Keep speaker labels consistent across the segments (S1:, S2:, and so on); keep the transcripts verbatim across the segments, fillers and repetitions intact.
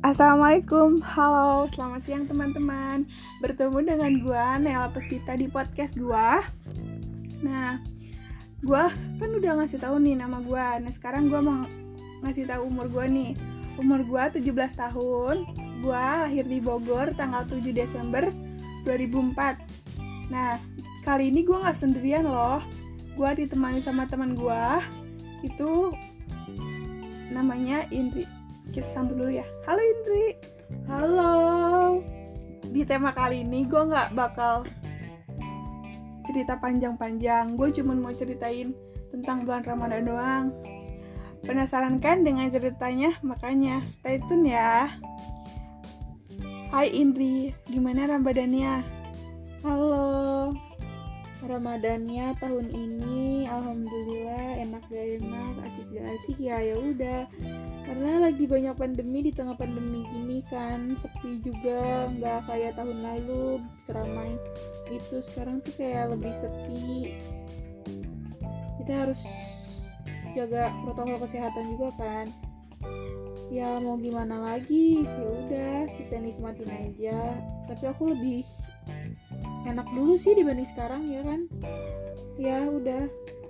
S1: Assalamualaikum, halo, selamat siang teman-teman. Bertemu dengan gue, Nela Puspita di podcast gue. Nah, gue kan udah ngasih tahu nih nama gue. Nah, sekarang gue mau ngasih tahu umur gue nih. Umur gue tujuh belas tahun. Gue lahir di Bogor tanggal tujuh Desember dua ribu empat. Nah, kali ini gue gak sendirian loh. Gue ditemani sama teman gue. Itu namanya Indri. Kita sambut dulu ya. Halo Indri.
S2: Halo.
S1: Di tema kali ini gue gak bakal cerita panjang-panjang. Gue cuma mau ceritain tentang bulan Ramadan doang. Penasaran kan dengan ceritanya? Makanya stay tune ya. Hai Indri, gimana Ramadannya?
S2: Halo. Ramadannya tahun ini alhamdulillah enak gak enak, asik gak asik ya ya udah. Karena lagi banyak pandemi, di tengah pandemi gini kan sepi juga, nggak kayak tahun lalu seramai itu. Sekarang tuh kayak lebih sepi. Kita harus jaga protokol kesehatan juga kan. Ya mau gimana lagi, ya udah kita nikmatin aja. Tapi aku lebih enak dulu sih dibanding sekarang ya kan. Ya udah.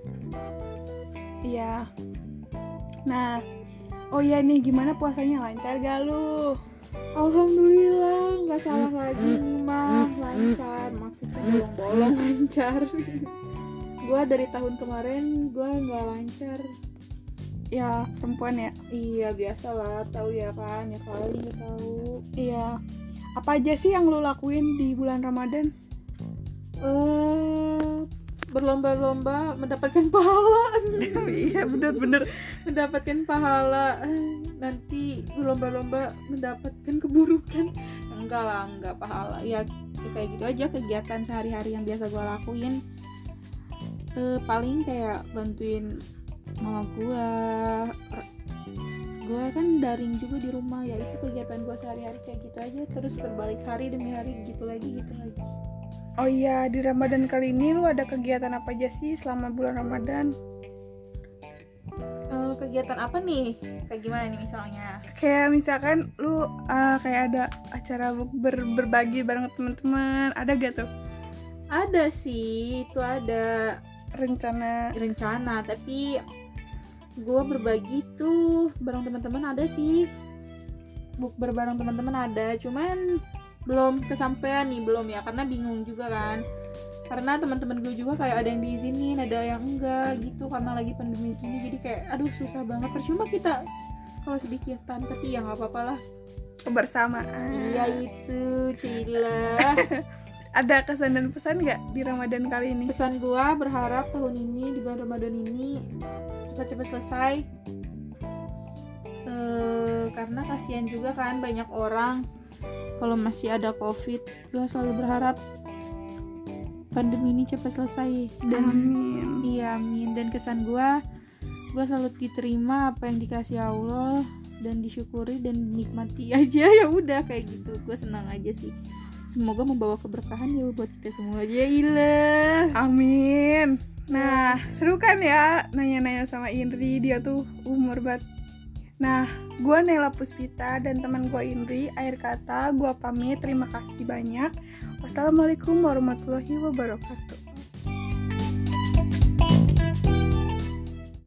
S1: Iya. Nah, oh iya nih, gimana puasanya, lancar gak lu?
S2: Alhamdulillah, nggak salah lagi nih mah, lancar, maksudnya bolong-bolong lancar. Gue dari tahun kemarin gue nggak lancar.
S1: Ya perempuan ya.
S2: Iya biasalah, tahu ya kan, ya kali nggak tahu.
S1: Iya. Apa aja sih yang lu lakuin di bulan Ramadan?
S2: Eh, berlomba-lomba mendapatkan pahala.
S1: Iya bener-bener
S2: mendapatkan pahala. Nanti berlomba-lomba mendapatkan keburukan. Enggak lah, enggak pahala. Ya, ya kayak gitu aja kegiatan sehari-hari yang biasa gue lakuin. Eh, paling kayak bantuin mama gue. Gue kan daring juga di rumah, ya itu kegiatan gue sehari-hari kayak gitu aja. Terus berbalik hari demi hari gitu lagi gitu lagi.
S1: Oh iya, di Ramadan kali ini lu ada kegiatan apa aja sih selama bulan Ramadan?
S2: Uh, kegiatan apa nih? Kayak gimana nih misalnya?
S1: Kayak misalkan lu uh, kayak ada acara ber- berbagi bareng teman-teman, ada gak tuh?
S2: Ada sih, itu ada
S1: rencana
S2: rencana, tapi gue berbagi tuh bareng teman-teman ada sih. Bukber bareng teman-teman ada, cuman belum kesampaian nih, belum ya, karena bingung juga kan. Karena teman-teman gue juga kayak ada yang diizinin, ada yang enggak gitu karena lagi pandemi ini. Jadi kayak aduh susah banget. Percuma kita kalau sedikitan, tapi ya nggak apa-apa lah.
S1: Kebersamaan.
S2: Iya itu, Cila.
S1: Ada kesan dan pesan nggak di Ramadan kali ini?
S2: Pesan gue berharap tahun ini di bulan Ramadan ini cepat-cepat selesai. Uh, karena kasihan juga kan banyak orang. Kalau masih ada covid, gue selalu berharap pandemi ini cepat selesai. Dan,
S1: amin.
S2: Iya amin. Dan kesan gue, gue selalu diterima apa yang dikasih Allah dan disyukuri dan dinikmati aja. Ya udah kayak gitu. Gue senang aja sih. Semoga membawa keberkahan ya buat kita semua aja. Ilah.
S1: Amin. Nah, seru kan ya nanya-nanya sama Indri, dia tuh umur banget. Nah, gue Nela Puspita dan teman gue Indri. Akhir kata, gue pamit. Terima kasih banyak. Wassalamualaikum warahmatullahi wabarakatuh.